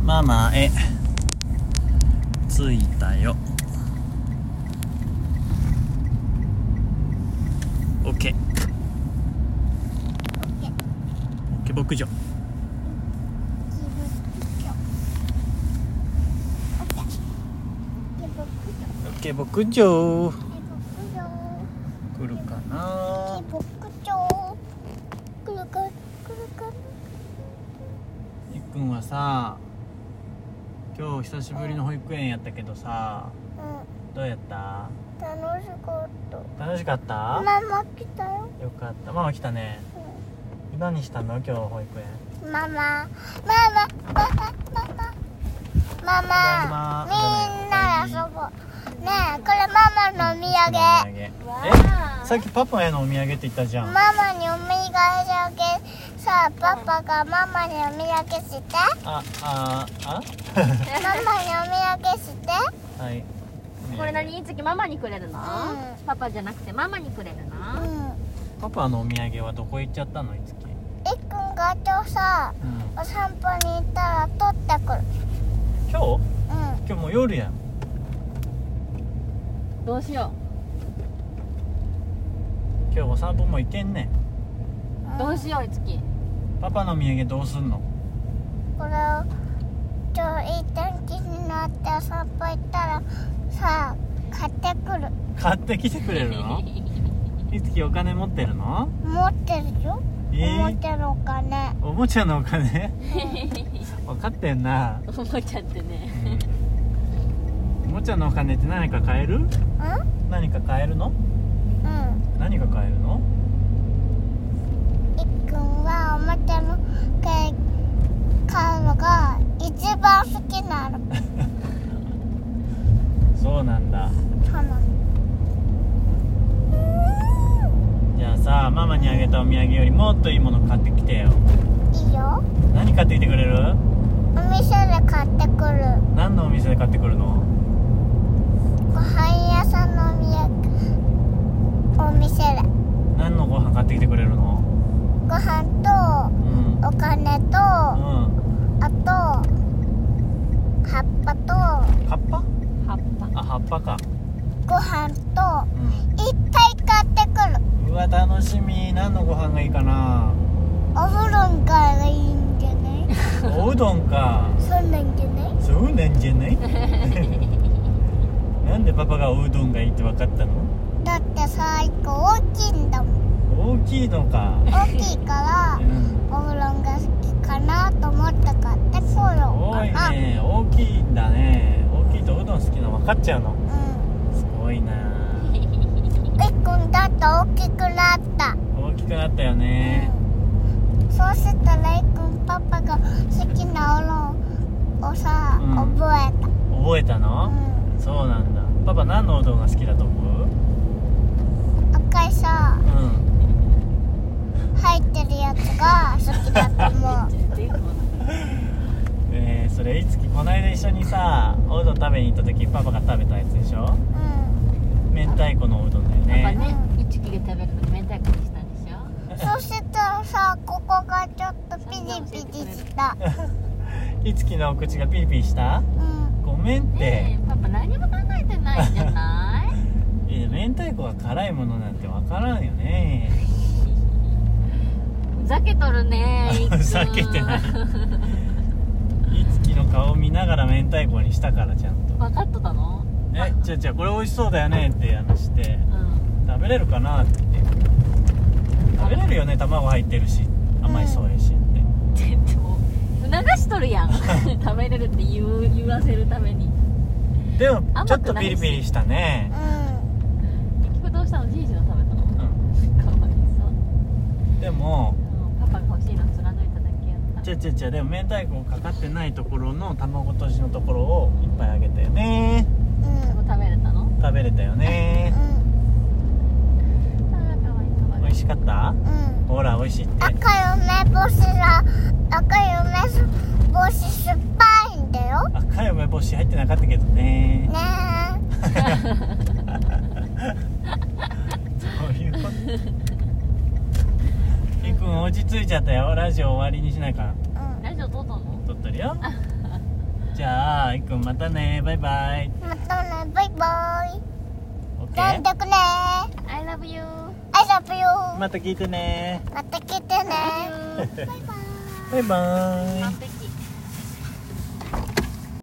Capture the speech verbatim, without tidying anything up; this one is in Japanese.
ママへ着いたよ。オッケーオッケー牧場。オッケー牧場来るかな。 牧場来るか来るか。 いっくんはさ、今日久しぶりの保育園やったけどさ、 うん、 どうやった？ 楽しかった。 楽しかった？ ママ来たよ。 よかった。ママ来たね。何したの今日保育園？ マママママママママみんなで遊ぼうね。えこれママのお土産。 え、さっきパパへのお土産って言ったじゃん。 ママにお土産あげさあ、パパがママにお土産して。 あああママにお土産してはい。 これ何？次ママにくれるの？ うん、 パパじゃなくてママにくれるの？ うん。 パパのお土産はどこ行っちゃったの？いつき。 いっくんが今日さ、 うん、 お散歩に行ったら取ってくる。 今日？ うん。 今日もう夜やん。 どうしよ今日お散歩も行けんね。 う。どうしよういつき。 パパのお土産どうすんの？ これを今日いい天気になってお散歩行ったらさあ買ってくる。 買ってきてくれるの？いつきお金持ってるの？ 持ってるよ。 えー、 おもちゃのお金。 おもちゃのお金？分かってんな。 おもちゃってね。 うん、おもちゃのお金って何か買える？ うん？ 何か買えるの？ うん。 何が買えるの？ いっくんはおもちゃの買うのが一番好きなの。 そうなんだ。 そうなの。 じゃあさ、ママにあげたお土産よりもっといいもの買ってきてよ。 いいよ。 何買ってきてくれる？ お店で買ってくる。 何のお店で買ってくるの？ ご飯屋さんのお土産お店で。 何のご飯買ってきてくれるの？ ご飯うんとお金と、 うんあと葉っぱと葉っぱ？ 葉っぱ。 あ、葉っぱか。 ご飯とういっぱい買ってくる。 ん。うわ、楽しみ。何のご飯がいいかな。 お風呂がいいんじゃない？ おうどんか。 そうなんじゃない？ そうなんじゃない？なんでパパがおうどんがいいって分かったの？ だってさ、いっこ大きいんだもん。 大きいのか。 大きいからうん。 お風呂が好きかなと思って買ってこよう多いかな。 ね。大きいんだね。大きいとうどん好きなの分かっちゃうの。 うん。 すごいな。 いっくんだって大きくなった。 大きくなったよね。 うん、そうしたらいっくんパパが好きなおうどんをさ、 うん覚えた。 覚えたの？ うん。 そうなんだ。パパ何のうどんが好きだと思う？ 赤いさ、 うん入ってるやつが好きだと思う。 えー、それいつきこの間一緒にさおうどん食べに行った時パパが食べたやつでしょ？ うん。 明太子のおうどんだよね。 パパね、いちきで食べるのに明太子にしたんでしょ？ そしたらさ、ここがちょっとピリピリした。 いつきのお口がピリピリした？ うん。 ごめんって。 ねえ、パパ何も考えてないんじゃない？ えー、明太子が辛いものなんてわからんよね。 ふざけとるね。 ふざけてない。いつきの顔見ながら明太子にしたからちゃんと。 分かっとったの？ え、じゃあじゃあこれ美味しそうだよねって話して、 うん。 食べれるかなって言って。食べれるよね、卵入ってるし甘いそうやしって。 でも促しとるやん。食べれるって言う言わせるために。 でもちょっと甘くないしピリピリしたね。 結局どうしたの？じいじの食べたの？ うん。 かわいそう。 でもうん、パパが欲しいの貫いただけやった。 ちゃちゃちゃでも明太子かかってないところの卵とじのところをいっぱいあげたよね。 うん。 そこ食べれたの？ 食べれたよね。 あーかわいいかわいい。 美味しかった？ うん。 ほら美味しいって。 赤い梅干しが、赤い梅干し酸っぱいんだよ。 赤い梅干し入ってなかったけどね。 ねそういうこと。ひくん落ち着いちゃったよ。ラジオ終わりにしないから。 え。うん。 ラジオ撮ったの？ 撮ってるよ。 いっくんまたね、バイバイ。 またね、バイバイ。 オッケー。 じゃんたくね。 I love you I love you。 また聞いてね。 また来てね。バイバイ。 バイバイ。 完璧